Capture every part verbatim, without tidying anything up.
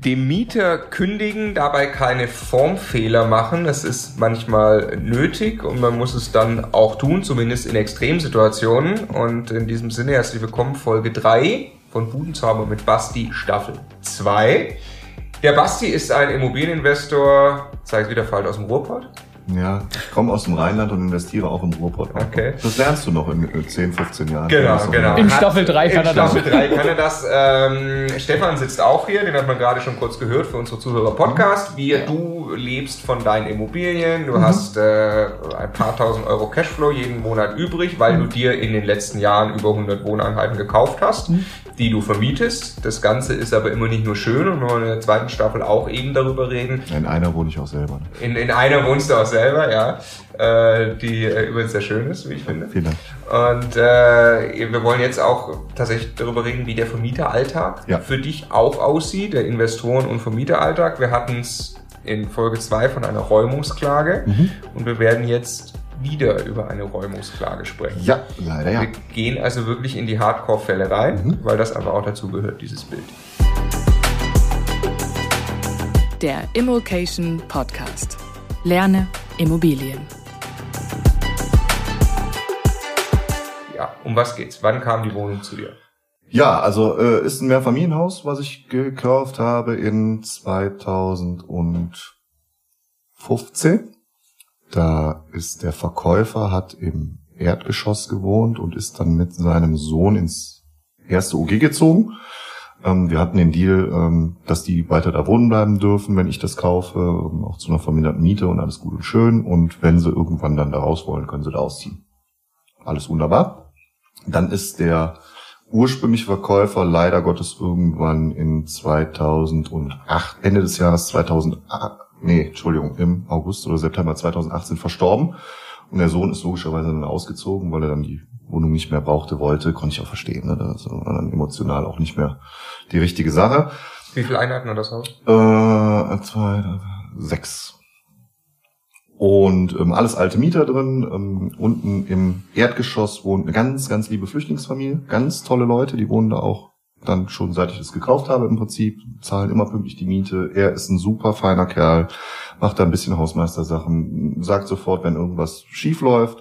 dem Mieter kündigen, dabei keine Formfehler machen. Das ist manchmal nötig und man muss es dann auch tun, zumindest in Extremsituationen. Und in diesem Sinne herzlich willkommen, Folge drei von Budenzauber mit Basti, Staffel zwei. Der Basti ist ein Immobilieninvestor, sag ich wieder falsch, aus dem Ruhrpott. Ja, ich komme aus dem Rheinland und investiere auch im Ruhrpott. Okay. Das lernst du noch in zehn, fünfzehn Jahren. Genau, genau. In Staffel drei kann er das. In Staffel drei kann er das. Ähm, Stefan sitzt auch hier, den hat man gerade schon kurz gehört für unsere Zuhörer-Podcast. Wie du lebst von deinen Immobilien, du mhm. hast äh, ein paar tausend Euro Cashflow jeden Monat übrig, weil mhm. du dir in den letzten Jahren über hundert Wohneinheiten gekauft hast, mhm. die du vermietest. Das Ganze ist aber immer nicht nur schön und wir wollen in der zweiten Staffel auch eben darüber reden. In einer wohne ich auch selber. In, in einer wohnst du auch selber. selber, ja, äh, die äh, übrigens sehr schön ist, wie ich finde. Vielen Dank. Und äh, wir wollen jetzt auch tatsächlich darüber reden, wie der Vermieteralltag ja. für dich auch aussieht, der Investoren- und Vermieteralltag. Wir hatten es in Folge zwei von einer Räumungsklage mhm. und wir werden jetzt wieder über eine Räumungsklage sprechen. Ja, leider ja. Wir gehen also wirklich in die Hardcore-Fälle rein, mhm. weil das aber auch dazu gehört, dieses Bild. Der Immokation Podcast. Lerne Immobilien. Ja, um was geht's? Wann kam die Wohnung zu dir? Ja, also äh, ist ein Mehrfamilienhaus, was ich gekauft habe in zweitausendfünfzehn. Da ist der Verkäufer, hat im Erdgeschoss gewohnt und ist dann mit seinem Sohn ins erste O G gezogen. Ähm, wir hatten den Deal, ähm, dass die weiter da wohnen bleiben dürfen, wenn ich das kaufe, ähm, auch zu einer verminderten Miete und alles gut und schön. Und wenn sie irgendwann dann da raus wollen, können sie da ausziehen. Alles wunderbar. Dann ist der ursprüngliche Verkäufer leider Gottes irgendwann in zweitausendacht, Ende des Jahres zweitausendacht, nee, Entschuldigung, im August oder September zweitausendachtzehn verstorben. Und der Sohn ist logischerweise dann ausgezogen, weil er dann die Wohnung nicht mehr brauchte, wollte, konnte ich auch verstehen. Ne? Das war dann emotional auch nicht mehr die richtige Sache. Wie viele Einheiten hat das Haus? Äh, zwei, sechs. Und ähm, alles alte Mieter drin. Ähm, unten im Erdgeschoss wohnt eine ganz, ganz liebe Flüchtlingsfamilie. Ganz tolle Leute, die wohnen da auch dann schon, seit ich das gekauft habe im Prinzip. Zahlen immer pünktlich die Miete. Er ist ein super feiner Kerl, macht da ein bisschen Hausmeistersachen, sagt sofort, wenn irgendwas schief läuft.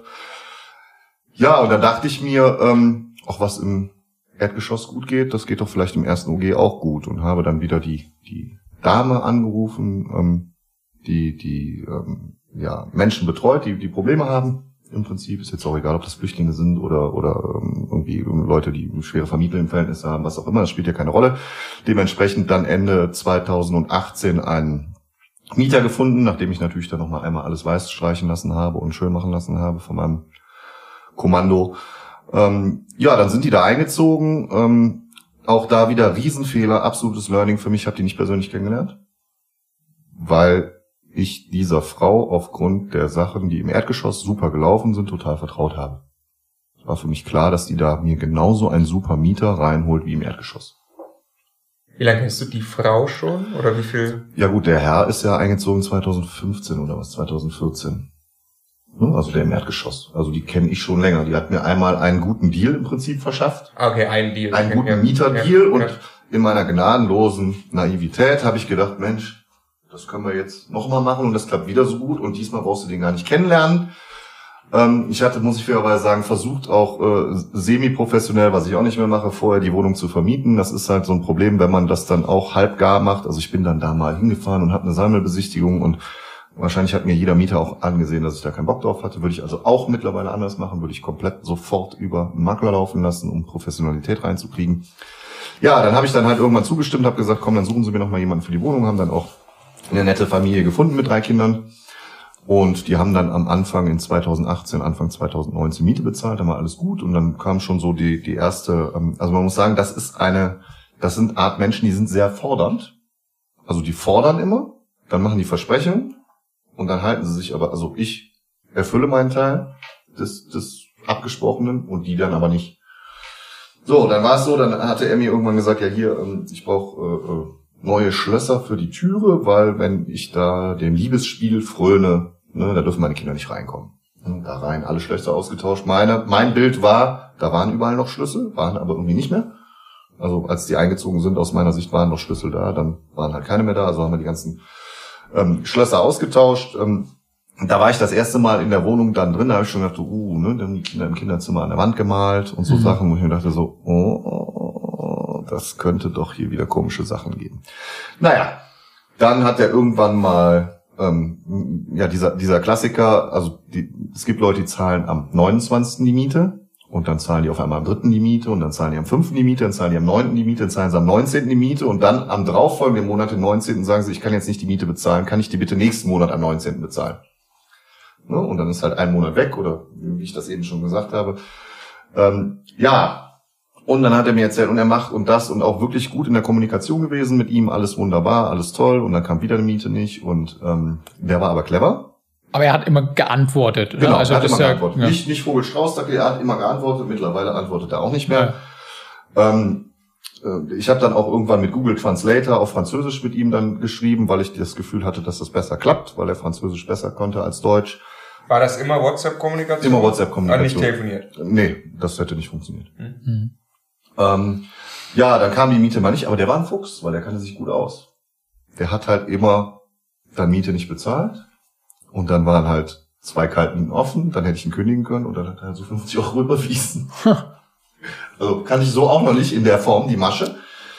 Ja, und da dachte ich mir, ähm, auch was im Erdgeschoss gut geht, das geht doch vielleicht im ersten O G auch gut. Und habe dann wieder die die Dame angerufen, ähm, die die ähm, ja Menschen betreut, die die Probleme haben. Im Prinzip ist jetzt auch egal, ob das Flüchtlinge sind oder oder ähm, irgendwie Leute, die schwere Familienverhältnisse haben, was auch immer, das spielt ja keine Rolle. Dementsprechend dann Ende zweitausendachtzehn einen Mieter gefunden, nachdem ich natürlich dann nochmal einmal alles weiß streichen lassen habe und schön machen lassen habe von meinem Kommando. Ähm, ja, dann sind die da eingezogen. Ähm, auch da wieder Riesenfehler, absolutes Learning für mich. Ich habe die nicht persönlich kennengelernt, weil ich dieser Frau aufgrund der Sachen, die im Erdgeschoss super gelaufen sind, total vertraut habe. Es war für mich klar, dass die da mir genauso einen super Mieter reinholt wie im Erdgeschoss. Wie lange kennst du die Frau schon? Oder wie viel? Ja gut, der Herr ist ja eingezogen zweitausendfünfzehn oder was, zweitausendvierzehn. Also der im Erdgeschoss. Also die kenne ich schon länger. Die hat mir einmal einen guten Deal im Prinzip verschafft. Okay, einen Deal. Einen guten ja, Mieterdeal. Ja, und ja. in meiner gnadenlosen Naivität habe ich gedacht, Mensch, das können wir jetzt nochmal machen und das klappt wieder so gut und diesmal brauchst du den gar nicht kennenlernen. Ähm, ich hatte, muss ich fairerweise sagen, versucht auch äh, semi-professionell, was ich auch nicht mehr mache, vorher die Wohnung zu vermieten. Das ist halt so ein Problem, wenn man das dann auch halbgar macht. Also ich bin dann da mal hingefahren und habe eine Sammelbesichtigung und wahrscheinlich hat mir jeder Mieter auch angesehen, dass ich da keinen Bock drauf hatte. Würde ich also auch mittlerweile anders machen, würde ich komplett sofort über einen Makler laufen lassen, um Professionalität reinzukriegen. Ja, dann habe ich dann halt irgendwann zugestimmt, habe gesagt, komm, dann suchen Sie mir noch mal jemanden für die Wohnung, haben dann auch eine nette Familie gefunden mit drei Kindern. Und die haben dann am Anfang in zweitausendachtzehn, Anfang zweitausendneunzehn Miete bezahlt, dann war alles gut. Und dann kam schon so die die erste, also man muss sagen, das ist eine, das sind Art Menschen, die sind sehr fordernd. Also die fordern immer, dann machen die Versprechen. Und dann halten sie sich aber, also ich erfülle meinen Teil des, des Abgesprochenen und die dann aber nicht. So, dann war es so, dann hatte er mir irgendwann gesagt, ja hier, ich brauche äh, neue Schlösser für die Türe, weil wenn ich da dem Liebesspiel fröne, ne, da dürfen meine Kinder nicht reinkommen. Und da rein, alle Schlösser ausgetauscht. Meine, mein Bild war, da waren überall noch Schlüssel, waren aber irgendwie nicht mehr. Also als die eingezogen sind, aus meiner Sicht waren noch Schlüssel da, dann waren halt keine mehr da, also haben wir die ganzen ähm, Schlösser ausgetauscht. Ähm, da war ich das erste Mal in der Wohnung dann drin, da habe ich schon gedacht, uh, ne, dann die Kinder im Kinderzimmer an der Wand gemalt und so mhm. Sachen, wo ich mir dachte so, oh, das könnte doch hier wieder komische Sachen geben. Naja, dann hat er irgendwann mal, ähm, ja, dieser dieser Klassiker, also die, es gibt Leute, die zahlen am neunundzwanzigsten die Miete und dann zahlen die auf einmal am dritten die Miete und dann zahlen die am fünften die Miete, dann zahlen die am neunten die Miete, dann zahlen sie am neunzehnten die Miete und dann am darauffolgenden Monat, den neunzehnten sagen sie, ich kann jetzt nicht die Miete bezahlen, kann ich die bitte nächsten Monat am neunzehnten bezahlen? Ne? Und dann ist halt ein Monat weg oder wie ich das eben schon gesagt habe. Ähm, ja, und dann hat er mir erzählt, und er macht und das und auch wirklich gut in der Kommunikation gewesen mit ihm, alles wunderbar, alles toll und dann kam wieder eine Miete nicht und ähm, der war aber clever. Aber er hat immer geantwortet. Genau, ne? Also er hat das immer ja, geantwortet. Ja. Nicht, nicht Vogelstrauß-Dackel, er hat immer geantwortet, mittlerweile antwortet er auch nicht mehr. Ja. Ähm, äh, ich habe dann auch irgendwann mit Google Translator auf Französisch mit ihm dann geschrieben, weil ich das Gefühl hatte, dass das besser klappt, weil er Französisch besser konnte als Deutsch. War das immer WhatsApp-Kommunikation? Immer WhatsApp-Kommunikation. Ah, nicht telefoniert? Nee, das hätte nicht funktioniert. Mhm. Ähm, ja, dann kam die Miete mal nicht, aber der war ein Fuchs, weil der kannte sich gut aus. Der hat halt immer dann Miete nicht bezahlt und dann waren halt zwei Kaltmieten offen, dann hätte ich ihn kündigen können und dann hat er halt so fünfzig Euro überwiesen. Also kann ich so auch noch nicht in der Form, die Masche.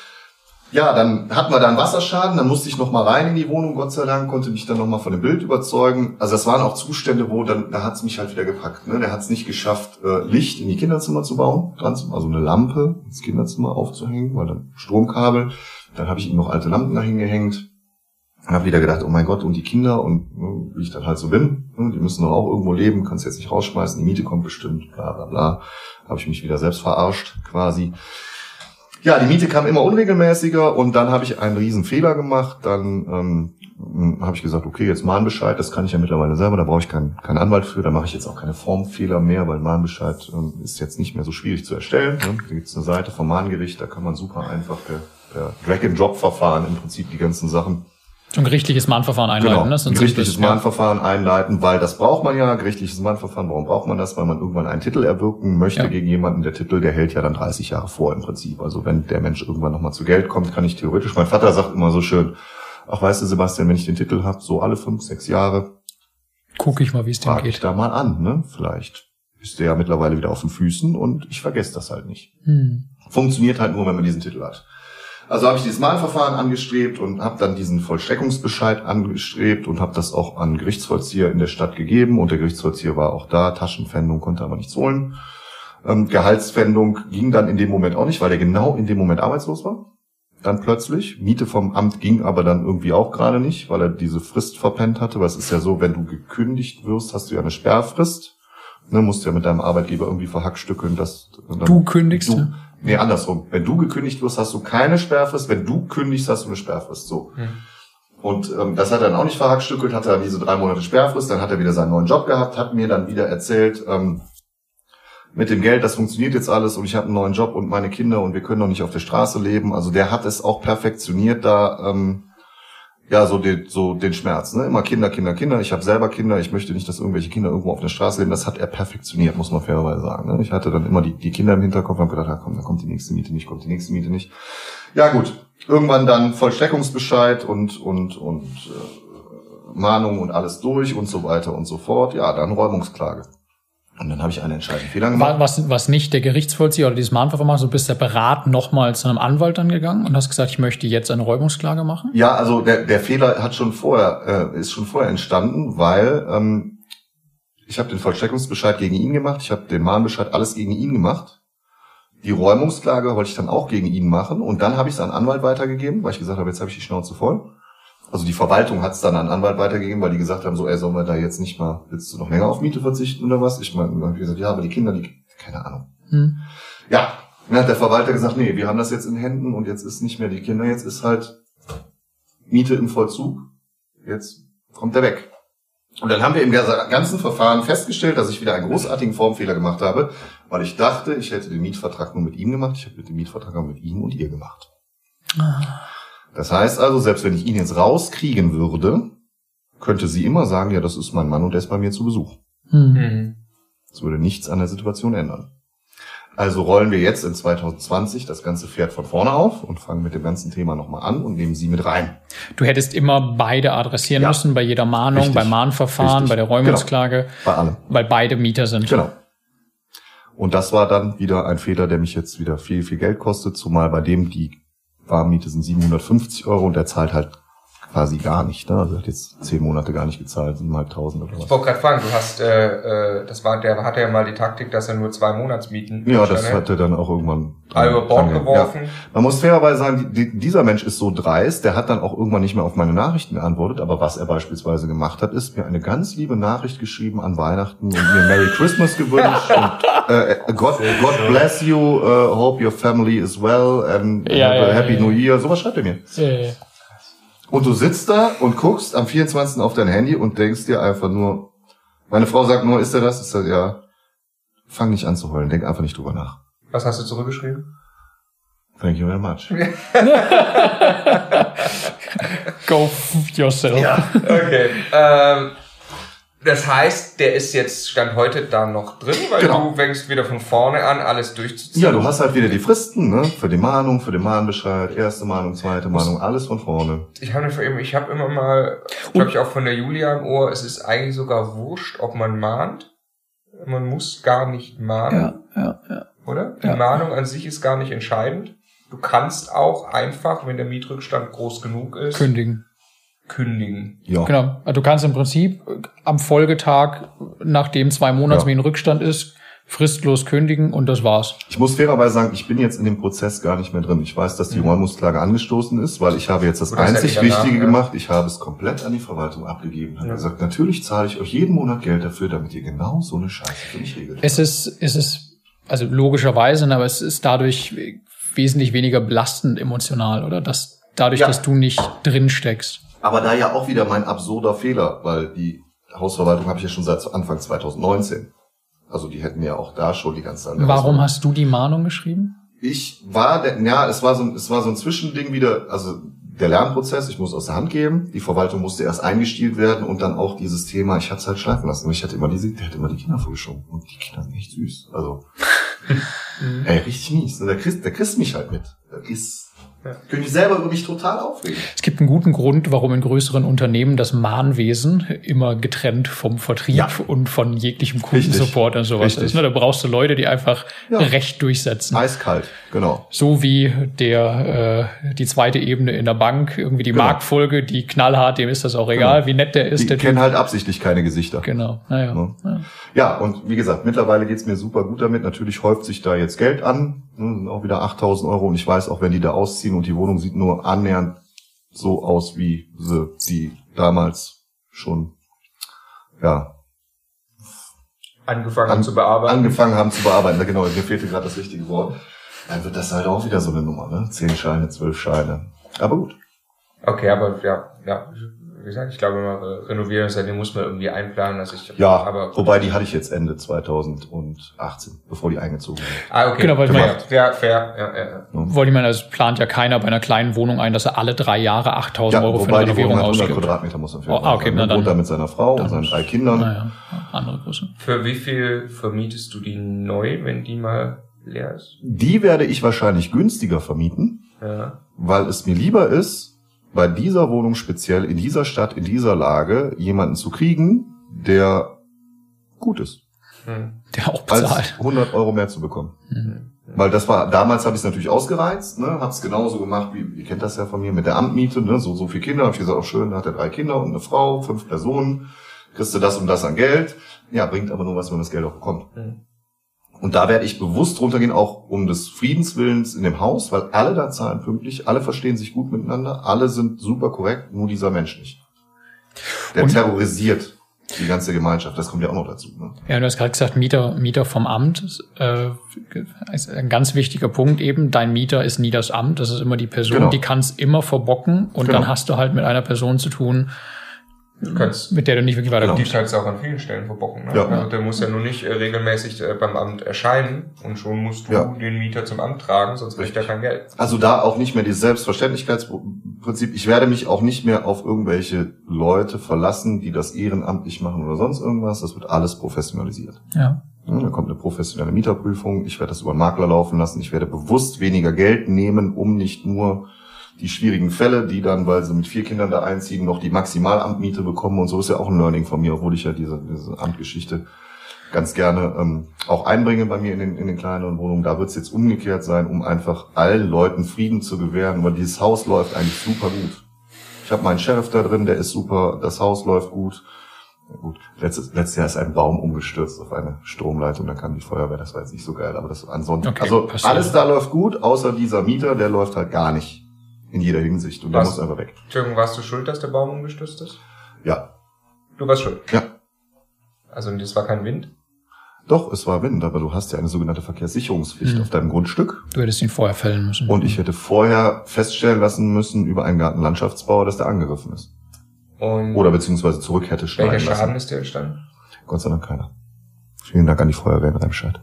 Ja, dann hatten wir da einen Wasserschaden, dann musste ich noch mal rein in die Wohnung, Gott sei Dank, konnte mich dann noch mal von dem Bild überzeugen. Also das waren auch Zustände, wo dann, da hat's mich halt wieder gepackt. Ne? Der hat's nicht geschafft, äh, Licht in die Kinderzimmer zu bauen, also eine Lampe ins Kinderzimmer aufzuhängen, weil dann Stromkabel. Dann habe ich ihm noch alte Lampen dahin gehängt. Dann habe wieder gedacht, oh mein Gott, und die Kinder und ne, wie ich dann halt so bin, ne, die müssen doch auch irgendwo leben, kannst jetzt nicht rausschmeißen, die Miete kommt bestimmt, bla bla bla. Habe ich mich wieder selbst verarscht quasi. Ja, die Miete kam immer unregelmäßiger und dann habe ich einen riesen Fehler gemacht. Dann ähm, habe ich gesagt, okay, jetzt Mahnbescheid, das kann ich ja mittlerweile selber, da brauche ich keinen keinen Anwalt für, da mache ich jetzt auch keine Formfehler mehr, weil Mahnbescheid ähm, ist jetzt nicht mehr so schwierig zu erstellen. Ne? Da gibt es eine Seite vom Mahngericht, da kann man super einfach per, per Drag-and-Drop-Verfahren im Prinzip die ganzen Sachen. So ein gerichtliches Mahnverfahren einleiten. Genau, Ne? ein gerichtliches Mahnverfahren einleiten, weil das braucht man ja, gerichtliches Mahnverfahren, warum braucht man das? Weil man irgendwann einen Titel erwirken möchte ja. gegen jemanden. Der Titel, der hält ja dann dreißig Jahre vor im Prinzip. Also wenn der Mensch irgendwann nochmal zu Geld kommt, kann ich theoretisch, mein Vater sagt immer so schön, ach weißt du Sebastian, wenn ich den Titel habe, so alle fünf, sechs Jahre, gucke ich mal, wie es dem geht. geht. Ich da mal an, ne? Vielleicht ist der ja mittlerweile wieder auf den Füßen und ich vergesse das halt nicht. Hm. Funktioniert halt nur, wenn man diesen Titel hat. Also habe ich dieses Mahnverfahren angestrebt und habe dann diesen Vollstreckungsbescheid angestrebt und habe das auch an Gerichtsvollzieher in der Stadt gegeben. Und der Gerichtsvollzieher war auch da, Taschenpfändung konnte aber nichts holen. Ähm, Gehaltspfändung ging dann in dem Moment auch nicht, weil der genau in dem Moment arbeitslos war. Dann plötzlich. Miete vom Amt ging aber dann irgendwie auch gerade nicht, weil er diese Frist verpennt hatte. Weil es ist ja so, wenn du gekündigt wirst, hast du ja eine Sperrfrist. Ne, musst ja mit deinem Arbeitgeber irgendwie verhackstückeln, dass dann du kündigst. Du, nee, andersrum. Wenn du gekündigt wirst, hast du keine Sperrfrist. Wenn du kündigst, hast du eine Sperrfrist. So. Hm. Und ähm, das hat er dann auch nicht verhackstückelt, hatte dann diese drei Monate Sperrfrist, dann hat er wieder seinen neuen Job gehabt, hat mir dann wieder erzählt, ähm, mit dem Geld, das funktioniert jetzt alles und ich habe einen neuen Job und meine Kinder und wir können doch nicht auf der Straße leben. Also der hat es auch perfektioniert, da ähm, ja so den, so den Schmerz. Ne? Immer Kinder, Kinder, Kinder. Ich habe selber Kinder, ich möchte nicht, dass irgendwelche Kinder irgendwo auf der Straße leben. Das hat er perfektioniert, muss man fairerweise sagen. Ne? Ich hatte dann immer die, die Kinder im Hinterkopf und habe gedacht, ah, komm, da kommt die nächste Miete nicht, kommt die nächste Miete nicht. Ja gut, irgendwann dann Vollstreckungsbescheid und und und äh, Mahnung und alles durch und so weiter und so fort. Ja, dann Räumungsklage. Und dann habe ich einen entscheidenden Fehler gemacht. Was, was nicht der Gerichtsvollzieher oder dieses Mahnverfahren macht, so bist separat nochmal zu einem Anwalt angegangen und hast gesagt, ich möchte jetzt eine Räumungsklage machen? Ja, also der, der Fehler hat schon vorher, äh, ist schon vorher entstanden, weil ähm, ich habe den Vollstreckungsbescheid gegen ihn gemacht, ich habe den Mahnbescheid alles gegen ihn gemacht. Die Räumungsklage wollte ich dann auch gegen ihn machen und dann habe ich es an einen Anwalt weitergegeben, weil ich gesagt habe, jetzt habe ich die Schnauze voll. Also die Verwaltung hat es dann an einen Anwalt weitergegeben, weil die gesagt haben, so, ey, sollen wir da jetzt nicht mal, willst du noch länger auf Miete verzichten oder was? Ich meine, dann habe ich gesagt, ja, aber die Kinder, die, keine Ahnung. Hm. Ja, dann hat der Verwalter gesagt, nee, wir haben das jetzt in Händen und jetzt ist nicht mehr die Kinder, jetzt ist halt Miete im Vollzug. Jetzt kommt der weg. Und dann haben wir im ganzen Verfahren festgestellt, dass ich wieder einen großartigen Formfehler gemacht habe, weil ich dachte, ich hätte den Mietvertrag nur mit ihm gemacht. Ich habe den Mietvertrag auch mit ihm und ihr gemacht. Ah. Das heißt also, selbst wenn ich ihn jetzt rauskriegen würde, könnte sie immer sagen, ja, das ist mein Mann und der ist bei mir zu Besuch. Mhm. Das würde nichts an der Situation ändern. Also rollen wir jetzt in zwanzig zwanzig das ganze Pferd von vorne auf und fangen mit dem ganzen Thema nochmal an und nehmen sie mit rein. Du hättest immer beide adressieren Ja. müssen, bei jeder Mahnung, Richtig. beim Mahnverfahren, Richtig. bei der Räumungsklage, Bei allem. weil beide Mieter sind. Genau. Und das war dann wieder ein Fehler, der mich jetzt wieder viel, viel Geld kostet, zumal bei dem die Warmmiete sind siebenhundertfünfzig Euro und der zahlt halt quasi gar nicht. Ne? Also er hat jetzt zehn Monate gar nicht gezahlt, siebeneinhalbtausend oder was. Ich wollte gerade fragen, du hast, äh, äh, das war, der hatte ja mal die Taktik, dass er nur zwei Monatsmieten. Ja, das ne? hat er dann auch irgendwann All über Bord dran- geworfen. Ja. Man muss fairerweise sagen, die, die, dieser Mensch ist so dreist, der hat dann auch irgendwann nicht mehr auf meine Nachrichten geantwortet, aber was er beispielsweise gemacht hat, ist mir eine ganz liebe Nachricht geschrieben an Weihnachten und mir Merry Christmas gewünscht und äh, God, God bless you, uh, hope your family is well and Ja, have ja, a happy ja, New ja. Year. Sowas schreibt er mir. Äh, Und du sitzt da und guckst am vierundzwanzigsten auf dein Handy und denkst dir einfach nur, meine Frau sagt nur, ist er das? Ist er, ja, fang nicht an zu heulen, denk einfach nicht drüber nach. Was hast du zurückgeschrieben? Thank you very much. Go f- yourself. Okay. ähm, das heißt, der ist jetzt Stand heute da noch drin, weil Genau. du fängst wieder von vorne an, alles durchzuziehen. Ja, du hast halt wieder die Fristen, ne? Für die Mahnung, für den Mahnbescheid, erste Mahnung, zweite Mahnung, alles von vorne. Ich habe ich hab immer mal, glaube ich, auch von der Julia im Ohr, es ist eigentlich sogar wurscht, ob man mahnt. Man muss gar nicht mahnen, Ja, ja, ja. oder? Die Ja. Mahnung an sich ist gar nicht entscheidend. Du kannst auch einfach, wenn der Mietrückstand groß genug ist, Kündigen. kündigen. Ja. Genau. Also du kannst im Prinzip am Folgetag, nachdem zwei Monate Ja. wie ein Rückstand ist, fristlos kündigen und das war's. Ich muss fairerweise sagen, ich bin jetzt in dem Prozess gar nicht mehr drin. Ich weiß, dass die Räumungsklage angestoßen ist, weil ich habe jetzt das Gut, das einzig hätte ich danach, Wichtige ja. gemacht. Ich habe es komplett an die Verwaltung abgegeben. Ich habe Ja. gesagt, natürlich zahle ich euch jeden Monat Geld dafür, damit ihr genau so eine Scheiße für mich regelt. Es ist, es ist, also logischerweise, aber es ist dadurch wesentlich weniger belastend emotional, oder? Dass, dadurch, Ja. dass du nicht drin steckst. Aber da ja auch wieder mein absurder Fehler, weil die Hausverwaltung habe ich ja schon seit Anfang zwanzig neunzehn. Also die hätten ja auch da schon die ganze Zeit. Warum hast du die Mahnung geschrieben? Ich war, der, ja, es war so, ein- es war so ein Zwischending wieder, also der Lernprozess, ich muss aus der Hand geben, die Verwaltung musste erst eingestielt werden und dann auch dieses Thema, ich hatte es halt schleifen lassen, ich hatte immer diese, der hat immer die Kinder vorgeschoben und die Kinder sind echt süß, also, ey, richtig mies, der kriegst, der kriegst mich halt mit, das ist, Ja. ich könnte mich selber über mich total aufregen. Es gibt einen guten Grund, warum in größeren Unternehmen das Mahnwesen immer getrennt vom Vertrieb Ja. und von jeglichem Kundensupport und sowas Richtig. ist. Ne? Da brauchst du Leute, die einfach Ja. Recht durchsetzen. Eiskalt, genau. So wie der äh, die zweite Ebene in der Bank, irgendwie die Genau. Marktfolge, die knallhart, dem ist das auch egal, Genau. wie nett der ist. Die der kennen Typ. halt absichtlich keine Gesichter. Genau, naja. Ne? Ja. Ja, und wie gesagt, mittlerweile geht's mir super gut damit. Natürlich häuft sich da jetzt Geld an, ne, sind auch wieder achttausend Euro. Und ich weiß, auch wenn die da ausziehen und die Wohnung sieht nur annähernd so aus, wie sie die damals schon, ja, Angefangen An- haben zu bearbeiten. angefangen haben zu bearbeiten. Genau, mir fehlte gerade das richtige Wort. Dann wird das halt auch wieder so eine Nummer, ne? Zehn Scheine, zwölf Scheine. Aber gut. Okay, aber ja, ja, wie gesagt, ich glaube, immer äh, renovieren, seitdem muss man irgendwie einplanen, dass ich, Ja, aber, wobei die hatte ich jetzt Ende zweitausendachtzehn, bevor die eingezogen sind. ah, okay, Genau, weil ich fair, meine- fair, fair, ja, ja, ja. Wollte ich meinen, es plant ja keiner bei einer kleinen Wohnung ein, dass er alle drei Jahre achttausend Euro für eine wobei die Renovierung Wohnung hat hundert ausgibt. Quadratmeter, muss man Oh, ah, okay, sagen. na Er dann- wohnt da mit seiner Frau und dann seinen ist- drei Kindern. Naja, andere Größe. Für wie viel vermietest du die neu, wenn die mal leer ist? Die werde ich wahrscheinlich günstiger vermieten, Ja. weil es mir lieber ist, bei dieser Wohnung speziell in dieser Stadt, in dieser Lage, jemanden zu kriegen, der gut ist, Hm. Der auch als bezahlt. hundert Euro mehr zu bekommen. Mhm. Weil das war, damals habe ich es natürlich ausgereizt, ne, hab's genauso gemacht, wie, ihr kennt das ja von mir, mit der Amtmiete, ne, so, so viele Kinder, hab ich gesagt, auch schön, da hat er drei Kinder und eine Frau, fünf Personen, kriegst du das und das an Geld, ja, bringt aber nur was, wenn man das Geld auch bekommt. Mhm. Und da werde ich bewusst runtergehen, auch um des Friedenswillens in dem Haus, weil alle da zahlen pünktlich, alle verstehen sich gut miteinander, alle sind super korrekt, nur dieser Mensch nicht. Der Und- terrorisiert die ganze Gemeinschaft, das kommt ja auch noch dazu. Ne? Ja, du hast gerade gesagt, Mieter, Mieter vom Amt. Äh, ist ein ganz wichtiger Punkt eben. Dein Mieter ist nie das Amt. Das ist immer die Person, Genau. die kann es immer verbocken. Und Genau. dann hast du halt mit einer Person zu tun, Du kannst, mit der du nicht wirklich die weiterkommst. kannst du auch an vielen Stellen verbocken. Ne? Ja. Also der muss ja nur nicht äh, regelmäßig äh, beim Amt erscheinen und schon musst du Ja. den Mieter zum Amt tragen, sonst kriegt er kein Geld. Also da auch nicht mehr dieses Selbstverständlichkeitsprinzip. Ich werde mich auch nicht mehr auf irgendwelche Leute verlassen, die das ehrenamtlich machen oder sonst irgendwas. Das wird alles professionalisiert. Ja. Ja, da kommt eine professionelle Mieterprüfung. Ich werde das über einen Makler laufen lassen. Ich werde bewusst weniger Geld nehmen, um nicht nur die schwierigen Fälle, die dann, weil sie mit vier Kindern da einziehen, noch die Maximalamtmiete bekommen. Und so ist ja auch ein Learning von mir, obwohl ich ja diese, diese Amtgeschichte ganz gerne ähm, auch einbringe bei mir in den, in den kleineren Wohnungen. Da wird es jetzt umgekehrt sein, um einfach allen Leuten Frieden zu gewähren. Weil dieses Haus läuft eigentlich super gut. Ich habe meinen Sheriff da drin, der ist super. Das Haus läuft gut. Ja, gut. Letztes, letztes Jahr ist ein Baum umgestürzt auf eine Stromleitung. Da kam die Feuerwehr. Das war jetzt nicht so geil. Aber das ansonsten, okay, also passiert. Alles da läuft gut, außer dieser Mieter, der läuft halt gar nicht in jeder Hinsicht. Und der muss einfach weg. Entschuldigung, warst du schuld, dass der Baum umgestürzt ist? Ja. Du warst schuld? Ja. Also das war kein Wind? Doch, es war Wind, aber du hast ja eine sogenannte Verkehrssicherungspflicht mhm. auf deinem Grundstück. Du hättest ihn vorher fällen müssen. Und ich hätte vorher feststellen lassen müssen über einen Gartenlandschaftsbauer, dass der angegriffen ist. Und oder beziehungsweise zurück hätte schneiden lassen. Welcher Schaden ist dir entstanden? Gott sei Dank keiner. Vielen Dank an die Feuerwehr in Remscheid.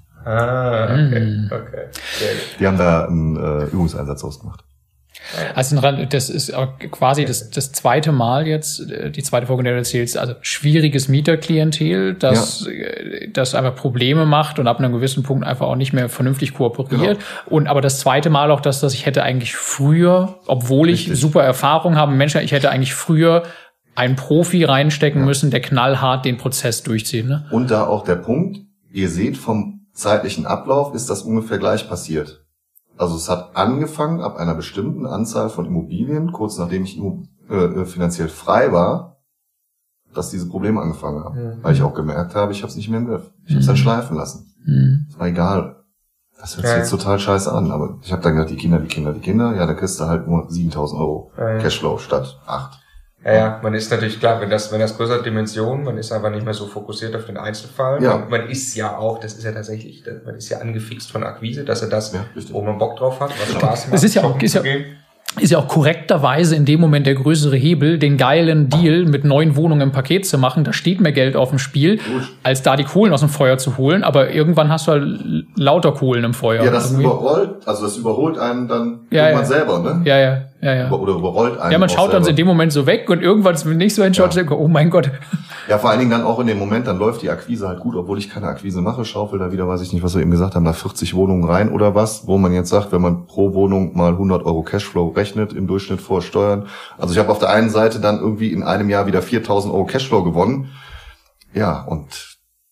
Ah, okay, mhm. okay. Die haben da einen äh, Übungseinsatz ausgemacht. Also das ist quasi das, das zweite Mal jetzt, die zweite Folge, in der du erzählst, also schwieriges Mieterklientel, das, ja. das einfach Probleme macht und ab einem gewissen Punkt einfach auch nicht mehr vernünftig kooperiert. Genau. Und aber das zweite Mal auch das, dass ich hätte eigentlich früher, obwohl Richtig. ich super Erfahrung habe, Menschen, ich hätte eigentlich früher einen Profi reinstecken ja. müssen, der knallhart den Prozess durchzieht. Ne? Und da auch der Punkt, ihr seht, vom zeitlichen Ablauf ist das ungefähr gleich passiert. Also es hat angefangen ab einer bestimmten Anzahl von Immobilien, kurz nachdem ich äh, finanziell frei war, dass diese Probleme angefangen haben. Mhm. Weil ich auch gemerkt habe, ich habe es nicht mehr im Griff. Ich mhm. habe es dann schleifen lassen. Mhm. Es war egal. Das hört sich ja. jetzt total scheiße an, aber ich habe dann gedacht, die Kinder, die Kinder, die Kinder, ja, da kriegst du halt nur siebentausend Euro ja, ja. Cashflow statt acht. Ja, ja, man ist natürlich klar, wenn das, wenn das größere Dimensionen, man ist einfach nicht mehr so fokussiert auf den Einzelfall. Ja. Man, man ist ja auch, das ist ja tatsächlich, man ist ja angefixt von Akquise, dass er das, ja, wo man Bock drauf hat, was Spaß macht. Das ist ja auch, ist ja, ist ja auch korrekterweise in dem Moment der größere Hebel, den geilen Deal mit neun Wohnungen im Paket zu machen. Da steht mehr Geld auf dem Spiel, Gut. als da die Kohlen aus dem Feuer zu holen. Aber irgendwann hast du halt lauter Kohlen im Feuer. Ja, das irgendwie. überrollt, also das überholt einen dann ja, irgendwann ja. selber, ne? Ja, ja. Ja, ja. Oder überrollt einen. Ja, man schaut dann in dem Moment so weg und irgendwann, wenn man nicht so hinschaut, ja. denkt man, oh mein Gott. Ja, vor allen Dingen dann auch in dem Moment, dann läuft die Akquise halt gut, obwohl ich keine Akquise mache, schaufel da wieder, weiß ich nicht, was wir eben gesagt haben, da vierzig Wohnungen rein oder was, wo man jetzt sagt, wenn man pro Wohnung mal hundert Euro Cashflow rechnet, im Durchschnitt vor Steuern. Also ich habe auf der einen Seite dann irgendwie in einem Jahr wieder viertausend Euro Cashflow gewonnen. Ja, und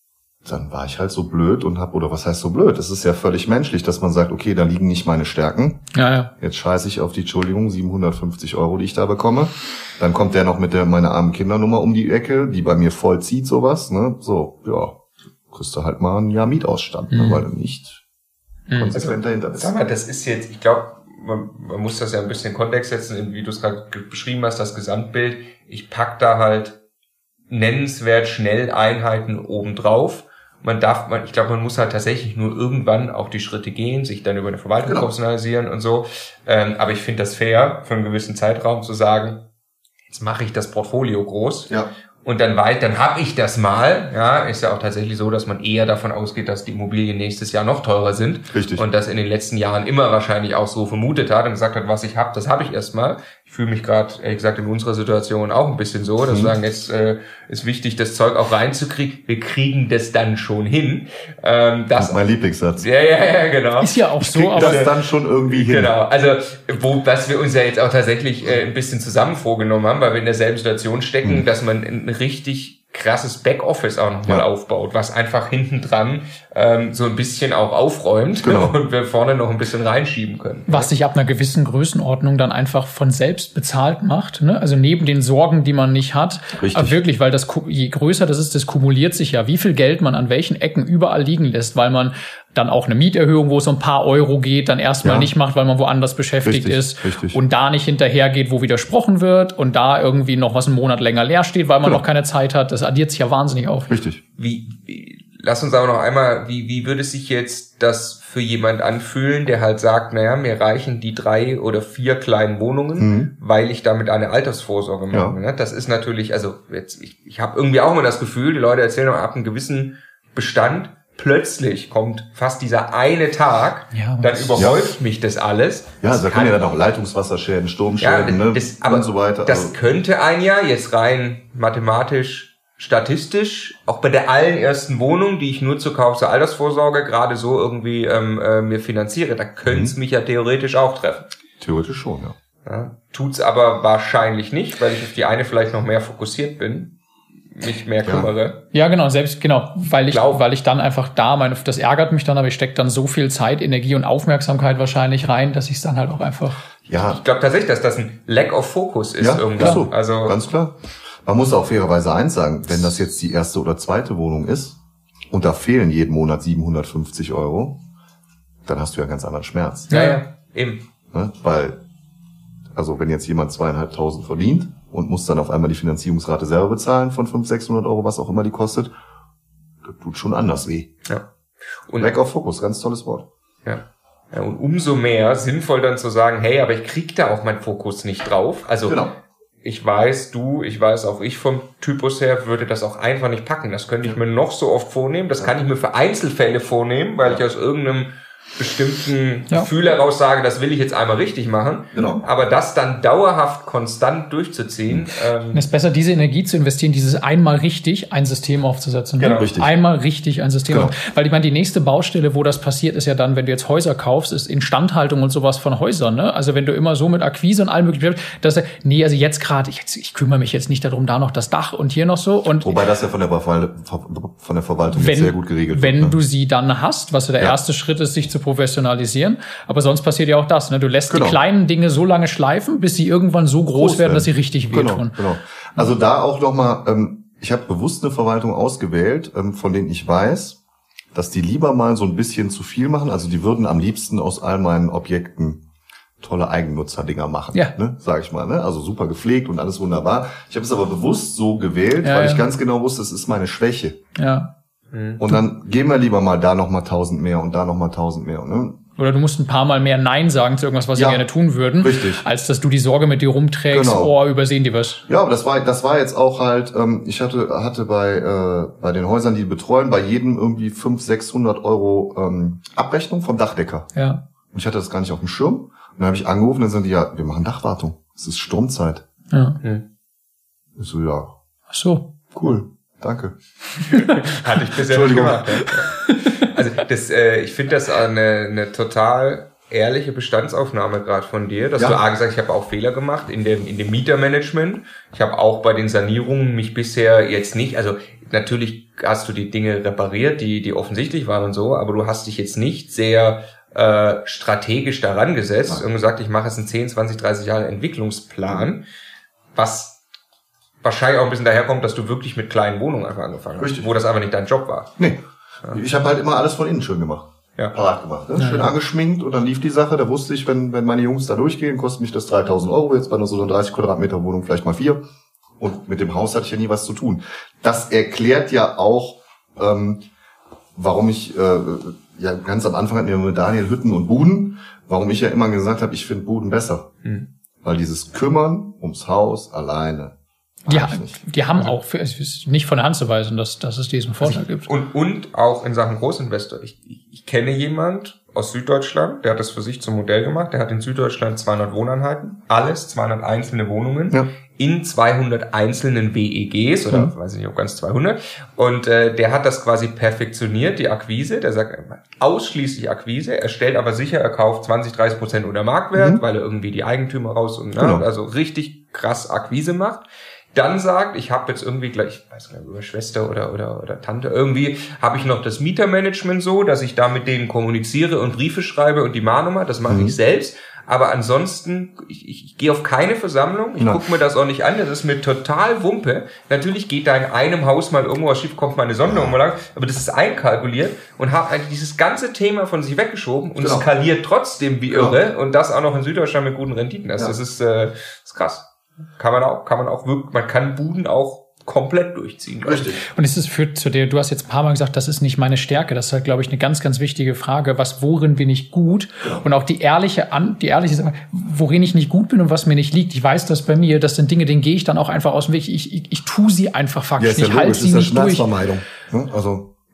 dann war ich halt so blöd und hab, oder was heißt so blöd? Es ist ja völlig menschlich, dass man sagt, okay, da liegen nicht meine Stärken. Ja, ja. Jetzt scheiße ich auf die, Entschuldigung, siebenhundertfünfzig Euro, die ich da bekomme. Dann kommt der noch mit der, meiner armen Kindernummer um die Ecke, die bei mir voll zieht, sowas, ne? So, ja, kriegst du halt mal ein Jahr Mietausstand, mhm. ne? Weil du nicht mhm. konsequent dahinter bist. Sag mal, das ist jetzt, ich glaube, man, man muss das ja ein bisschen in Kontext setzen, wie du es gerade beschrieben hast, das Gesamtbild. Ich pack da halt nennenswert schnell Einheiten obendrauf. Man darf, man, ich glaube, man muss halt tatsächlich nur irgendwann auch die Schritte gehen, sich dann über eine Verwaltung genau. professionalisieren und so. Ähm, aber ich finde das fair, für einen gewissen Zeitraum zu sagen, jetzt mache ich das Portfolio groß. Ja. Und dann weit, dann habe ich das mal. Ja, ist ja auch tatsächlich so, dass man eher davon ausgeht, dass die Immobilien nächstes Jahr noch teurer sind. Richtig. Und das in den letzten Jahren immer wahrscheinlich auch so vermutet hat und gesagt hat, was ich habe, das habe ich erstmal. Ich fühle mich gerade, ehrlich gesagt, in unserer Situation auch ein bisschen so, dass wir sagen, jetzt äh, ist wichtig, das Zeug auch reinzukriegen. Wir kriegen das dann schon hin. Ähm, das, das ist mein Lieblingssatz. Ja, ja, ja, genau. Ist ja auch ich so, aber das dann schon irgendwie hin. Genau. Also, wo, was wir uns ja jetzt auch tatsächlich äh, ein bisschen zusammen vorgenommen haben, weil wir in derselben Situation stecken, mhm. dass man ein richtig krasses Backoffice auch nochmal ja. aufbaut, was einfach hinten dran ähm, so ein bisschen auch aufräumt genau. und wir vorne noch ein bisschen reinschieben können. Was sich ab einer gewissen Größenordnung dann einfach von selbst bezahlt macht, ne? Also neben den Sorgen, die man nicht hat. Richtig. Aber wirklich, weil das, je größer das ist, das kumuliert sich ja, wie viel Geld man an welchen Ecken überall liegen lässt, weil man dann auch eine Mieterhöhung, wo es um ein paar Euro geht, dann erstmal ja. nicht macht, weil man woanders beschäftigt richtig, ist richtig. Und da nicht hinterhergeht, wo widersprochen wird und da irgendwie noch was einen Monat länger leer steht, weil man genau. noch keine Zeit hat. Das addiert sich ja wahnsinnig auf. Richtig. Wie, wie lass uns aber noch einmal, wie, wie würde sich jetzt das für jemand anfühlen, der halt sagt, naja, mir reichen die drei oder vier kleinen Wohnungen, mhm. weil ich damit eine Altersvorsorge mache. Ja. Das ist natürlich, also jetzt, ich, ich habe irgendwie auch immer das Gefühl, die Leute erzählen ab einem gewissen Bestand, plötzlich kommt fast dieser eine Tag, ja, dann überläuft ja. mich das alles. Ja, das da kommen ja dann auch Leitungswasserschäden, Sturmschäden ja, ne? das, aber und so weiter. Das also. könnte ein Jahr jetzt rein mathematisch statistisch, auch bei der allerersten Wohnung, die ich nur zur Kauf zur Altersvorsorge gerade so irgendwie ähm, äh, mir finanziere, da könnte es mhm. mich ja theoretisch auch treffen. Theoretisch schon, ja. ja. Tut's aber wahrscheinlich nicht, weil ich auf die eine vielleicht noch mehr fokussiert bin, mich mehr kümmere. Ja, genau, selbst, genau, weil ich, Glaub. weil ich dann einfach da, meine, das ärgert mich dann, aber ich stecke dann so viel Zeit, Energie und Aufmerksamkeit wahrscheinlich rein, dass ich es dann halt auch einfach... Ja. Ich glaube tatsächlich, dass das ein Lack of Focus ist ja, irgendwie. Ja, so, also ganz klar. Man muss auch fairerweise eins sagen, wenn das jetzt die erste oder zweite Wohnung ist und da fehlen jeden Monat siebenhundertfünfzig Euro, dann hast du ja einen ganz anderen Schmerz. Ja, ja, eben. Ne? Weil, also wenn jetzt jemand zweieinhalbtausend verdient und muss dann auf einmal die Finanzierungsrate selber bezahlen von fünfhundert, sechshundert Euro, was auch immer die kostet, das tut schon anders weh. Ja. Und Lack of Focus, ganz tolles Wort. Ja. Ja, und umso mehr sinnvoll dann zu sagen, hey, aber ich krieg da auch meinen Fokus nicht drauf. Also genau. Ich weiß, du, ich weiß auch ich vom Typus her würde das auch einfach nicht packen. Das könnte ich mir noch so oft vornehmen. Das kann ich mir für Einzelfälle vornehmen, weil ich aus irgendeinem bestimmten ja. Gefühl heraus sage, das will ich jetzt einmal richtig machen. Genau. Aber das dann dauerhaft konstant durchzuziehen. Ähm es ist besser, diese Energie zu investieren, dieses einmal richtig ein System aufzusetzen. Genau, richtig. Einmal richtig ein System. Genau. Weil ich meine, die nächste Baustelle, wo das passiert, ist ja dann, wenn du jetzt Häuser kaufst, ist Instandhaltung und sowas von Häusern. Ne? Also wenn du immer so mit Akquise und allem möglichen, dass nee, also jetzt gerade, ich, ich kümmere mich jetzt nicht darum, da noch das Dach und hier noch so. Und wobei das ja von der, von der Verwaltung wenn, jetzt sehr gut geregelt wenn wird. Wenn ne? du sie dann hast, was so der ja. erste Schritt ist, sich zu professionalisieren. Aber sonst passiert ja auch das. Ne? Du lässt genau. die kleinen Dinge so lange schleifen, bis sie irgendwann so groß, groß werden, dass sie richtig wehtun. Genau, genau. Also da auch nochmal, ähm, ich habe bewusst eine Verwaltung ausgewählt, ähm, von denen ich weiß, dass die lieber mal so ein bisschen zu viel machen. Also die würden am liebsten aus all meinen Objekten tolle Eigennutzerdinger machen, ja. ne, sag ich mal. Ne? Also super gepflegt und alles wunderbar. Ich habe es aber bewusst so gewählt, ja, weil ja. ich ganz genau wusste, es ist meine Schwäche. Ja. Und dann gehen wir lieber mal da noch mal tausend mehr und da noch mal tausend mehr. Ne? Oder du musst ein paar Mal mehr Nein sagen zu irgendwas, was ja, sie gerne tun würden, richtig. Als dass du die Sorge mit dir rumträgst, genau. oh, übersehen die was. Ja, aber das war das war jetzt auch halt, ähm, ich hatte hatte bei äh, bei den Häusern, die betreuen, bei jedem irgendwie fünfhundert, sechshundert Euro ähm, Abrechnung vom Dachdecker. Ja. Und ich hatte das gar nicht auf dem Schirm. Und dann habe ich angerufen, dann sagen die, ja, wir machen Dachwartung. Es ist Sturmzeit. Ja. Hm. Ich so, ja. Ach so. Cool. Danke. Hatte ich bisher nicht gemacht. Ja. Also das, äh, ich finde das eine, eine total ehrliche Bestandsaufnahme gerade von dir, dass ja. du A gesagt, ich habe auch Fehler gemacht in dem in dem Mietermanagement. Ich habe auch bei den Sanierungen mich bisher jetzt nicht, also natürlich hast du die Dinge repariert, die die offensichtlich waren und so, aber du hast dich jetzt nicht sehr äh, strategisch daran gesetzt und gesagt, ich mache jetzt einen zehn, zwanzig, dreißig Jahre Entwicklungsplan, was wahrscheinlich auch ein bisschen daherkommt, dass du wirklich mit kleinen Wohnungen einfach angefangen hast, Richtig. Wo das aber nicht dein Job war. Nee. Ja. Ich habe halt immer alles von innen schön gemacht. Ja. Parat gemacht. Ne? Ja, schön ja. angeschminkt und dann lief die Sache. Da wusste ich, wenn wenn meine Jungs da durchgehen, kostet mich das dreitausend Euro. Jetzt bei einer so einer dreißig Quadratmeter Wohnung vielleicht mal vier. Und mit dem Haus hatte ich ja nie was zu tun. Das erklärt ja auch, ähm, warum ich, äh, ja ganz am Anfang hatten wir mit Daniel Hütten und Buden, warum ich ja immer gesagt habe, ich finde Buden besser. Hm. Weil dieses Kümmern ums Haus alleine, Die, die haben auch, für, es ist nicht von der Hand zu weisen, dass, dass es diesen Vorteil also, gibt. Und, und auch in Sachen Großinvestor. Ich, ich, ich kenne jemand aus Süddeutschland, der hat das für sich zum Modell gemacht. Der hat in Süddeutschland zweihundert Wohneinheiten, alles zweihundert einzelne Wohnungen, ja. in zweihundert einzelnen W E Gs oder mhm. weiß ich nicht, ob ganz zweihundert. Und äh, der hat das quasi perfektioniert, die Akquise. Der sagt ausschließlich Akquise. Er stellt aber sicher, er kauft zwanzig, dreißig Prozent unter Marktwert, mhm. weil er irgendwie die Eigentümer raus und genau. na, also richtig krass Akquise macht. Dann sagt, ich habe jetzt irgendwie gleich, ich weiß gar nicht, über Schwester oder oder oder Tante, irgendwie habe ich noch das Mietermanagement so, dass ich da mit denen kommuniziere und Briefe schreibe und die Mahnummer, das mache mhm. ich selbst. Aber ansonsten, ich, ich, ich gehe auf keine Versammlung, ich gucke mir das auch nicht an, das ist mir total Wumpe. Natürlich geht da in einem Haus mal irgendwo was schief, kommt mal eine Sonderumlage, aber das ist einkalkuliert und habe eigentlich dieses ganze Thema von sich weggeschoben und genau. skaliert trotzdem wie irre genau. und das auch noch in Süddeutschland mit guten Renditen. Also ja. das ist, äh, das ist krass. Kann man auch, kann man auch wirklich, man kann Buden auch komplett durchziehen. Richtig. Und es ist für zu dir, du hast jetzt ein paar Mal gesagt, das ist nicht meine Stärke. Das ist halt, glaube ich, eine ganz, ganz wichtige Frage. Was, worin bin ich gut? Genau. Und auch die ehrliche, an, die ehrliche Sache, worin ich nicht gut bin und was mir nicht liegt. Ich weiß das bei mir, das sind Dinge, denen gehe ich dann auch einfach aus dem Weg. Ich, ich, ich tue sie einfach faktisch. Ja, ist ja ich halte sie ist nicht ja durch. Schmerzvermeidung. Also.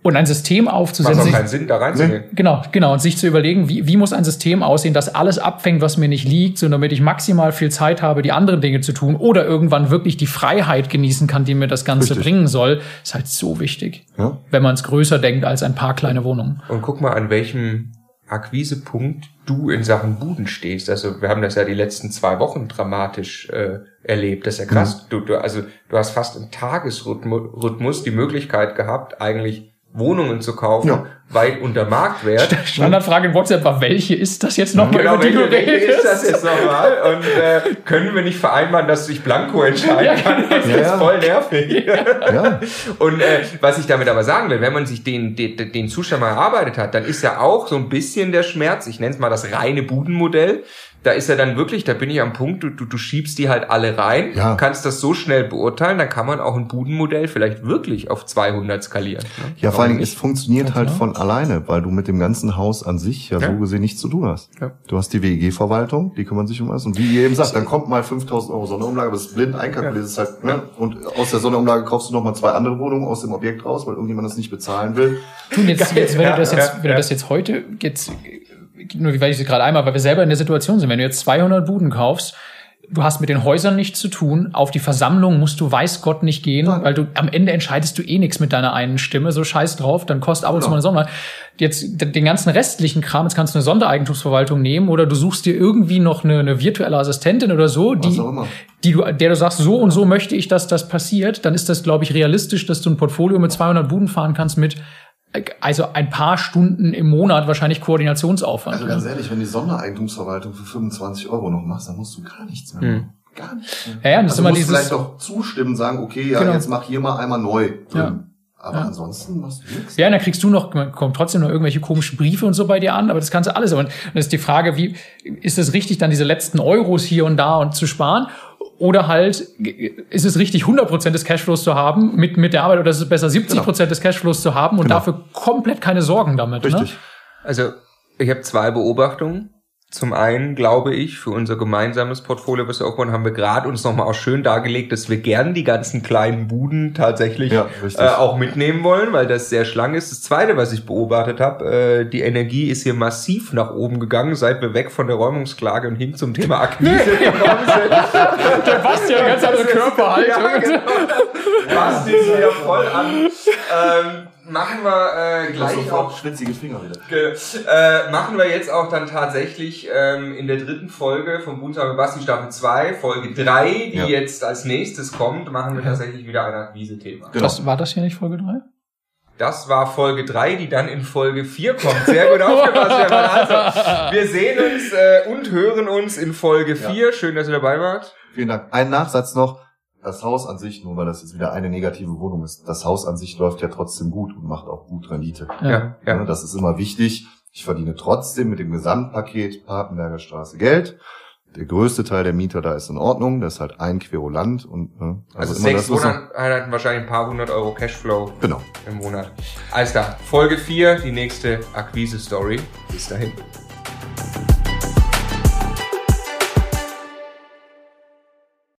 Und ein System aufzusetzen. Macht auch keinen Sinn, da reinzugehen. Genau, genau. Und sich zu überlegen, wie, wie muss ein System aussehen, das alles abfängt, was mir nicht liegt, so damit ich maximal viel Zeit habe, die anderen Dinge zu tun oder irgendwann wirklich die Freiheit genießen kann, die mir das Ganze Richtig. bringen soll, ist halt so wichtig. Ja. Wenn man es größer denkt als ein paar kleine Wohnungen. Und guck mal, an welchem Akquisepunkt du in Sachen Buden stehst. Also wir haben das ja die letzten zwei Wochen dramatisch äh, erlebt. Das ist ja krass. Mhm. Du, du, also du hast fast im Tagesrhythmus die Möglichkeit gehabt, eigentlich Wohnungen zu kaufen, ja. weit unter Marktwert. Standardfrage in WhatsApp war, welche ist das jetzt nochmal? Genau, welche, welche ist das jetzt nochmal? Und äh, können wir nicht vereinbaren, dass du dich blanko entscheiden ja, kannst? Das ja, ist ja. voll nervig. Ja. Und äh, was ich damit aber sagen will, wenn man sich den, den, den Zustand mal erarbeitet hat, dann ist ja auch so ein bisschen der Schmerz, ich nenne es mal das reine Budenmodell, da ist ja dann wirklich, da bin ich am Punkt, du, du, du schiebst die halt alle rein, ja. kannst das so schnell beurteilen, dann kann man auch ein Budenmodell vielleicht wirklich auf zweihundert skalieren. Ne? Ja, vor allem, es funktioniert ja, halt genau. von alleine, weil du mit dem ganzen Haus an sich ja, ja. so gesehen nichts zu tun hast. Ja. Du hast die W E G-Verwaltung, die kümmern sich um alles und wie ihr eben sagt, dann kommt mal fünftausend Euro Sonderumlage, aber das ist blind einkalkuliert, ja. ist halt, ne? Und aus der Sonderumlage kaufst du nochmal zwei andere Wohnungen aus dem Objekt raus, weil irgendjemand das nicht bezahlen will. Tun jetzt, jetzt, wenn du das jetzt, wenn du das jetzt heute, jetzt, nur weil ich sie gerade einmal, weil wir selber in der Situation sind, wenn du jetzt zweihundert Buden kaufst, du hast mit den Häusern nichts zu tun, auf die Versammlung musst du weiß Gott nicht gehen, Nein. weil du am Ende entscheidest du eh nichts mit deiner einen Stimme, so scheiß drauf, dann kostet ab und zu mal eine Sonderumlage. Jetzt den ganzen restlichen Kram, jetzt kannst du eine Sondereigentumsverwaltung nehmen oder du suchst dir irgendwie noch eine, eine virtuelle Assistentin oder so, die, die du, der du sagst, so und so möchte ich, dass das passiert, dann ist das, glaube ich, realistisch, dass du ein Portfolio mit zweihundert Buden fahren kannst mit also ein paar Stunden im Monat wahrscheinlich Koordinationsaufwand. Also ganz ehrlich, wenn die Sondereigentumsverwaltung für fünfundzwanzig Euro noch machst, dann musst du gar nichts mehr machen. Hm. Gar nichts mehr. Ja, ja, das also ist immer du musst dieses, vielleicht auch zustimmen, sagen, okay, ja, genau. jetzt mach hier mal einmal neu. Ja. Aber ja. ansonsten machst du nichts. Ja, dann kriegst du noch, kommt trotzdem noch irgendwelche komischen Briefe und so bei dir an, aber das kannst du alles. Und dann ist die Frage, wie, ist es richtig, dann diese letzten Euros hier und da und zu sparen? Oder halt, ist es richtig, hundert Prozent des Cashflows zu haben mit mit der Arbeit, oder ist es besser, siebzig Prozent genau. des Cashflows zu haben und genau. dafür komplett keine Sorgen damit? Richtig. Ne? Also, ich habe zwei Beobachtungen. Zum einen glaube ich, für unser gemeinsames Portfolio, was wir aufbauen, haben wir gerade uns nochmal auch schön dargelegt, dass wir gern die ganzen kleinen Buden tatsächlich ja, äh, auch mitnehmen wollen, weil das sehr schlank ist. Das Zweite, was ich beobachtet habe, äh, die Energie ist hier massiv nach oben gegangen, seit wir weg von der Räumungsklage und hin zum Thema Akquise gekommen sind. Der passt ja eine ganz andere Körperhaltung. Ja, genau. Passt jetzt wieder voll an. Ähm, Machen wir äh, gleich auch schwitzige Finger wieder. Äh, machen wir jetzt auch dann tatsächlich ähm, in der dritten Folge vom Bundeshaber Basti Staffel zwei, Folge drei, die ja. jetzt als nächstes kommt, machen wir ja. tatsächlich wieder ein Akquise-Thema. Genau. Das, war das hier nicht Folge drei? Das war Folge drei, die dann in Folge vier kommt. Sehr gut aufgepasst, Stefan. Also, wir sehen uns äh, und hören uns in Folge vier. Ja. Schön, dass ihr dabei wart. Vielen Dank. Ein Nachsatz noch. Das Haus an sich, nur weil das jetzt wieder eine negative Wohnung ist, das Haus an sich läuft ja trotzdem gut und macht auch gut Rendite. Ja, ja. Das ist immer wichtig. Ich verdiene trotzdem mit dem Gesamtpaket Papenberger Straße Geld. Der größte Teil der Mieter da ist in Ordnung. Das ist halt ein Querulant. Und, ne, also, also sechs Wohneinheiten, wahrscheinlich ein paar hundert Euro Cashflow genau. im Monat. Alles klar. Folge vier, die nächste Akquise-Story. Bis dahin.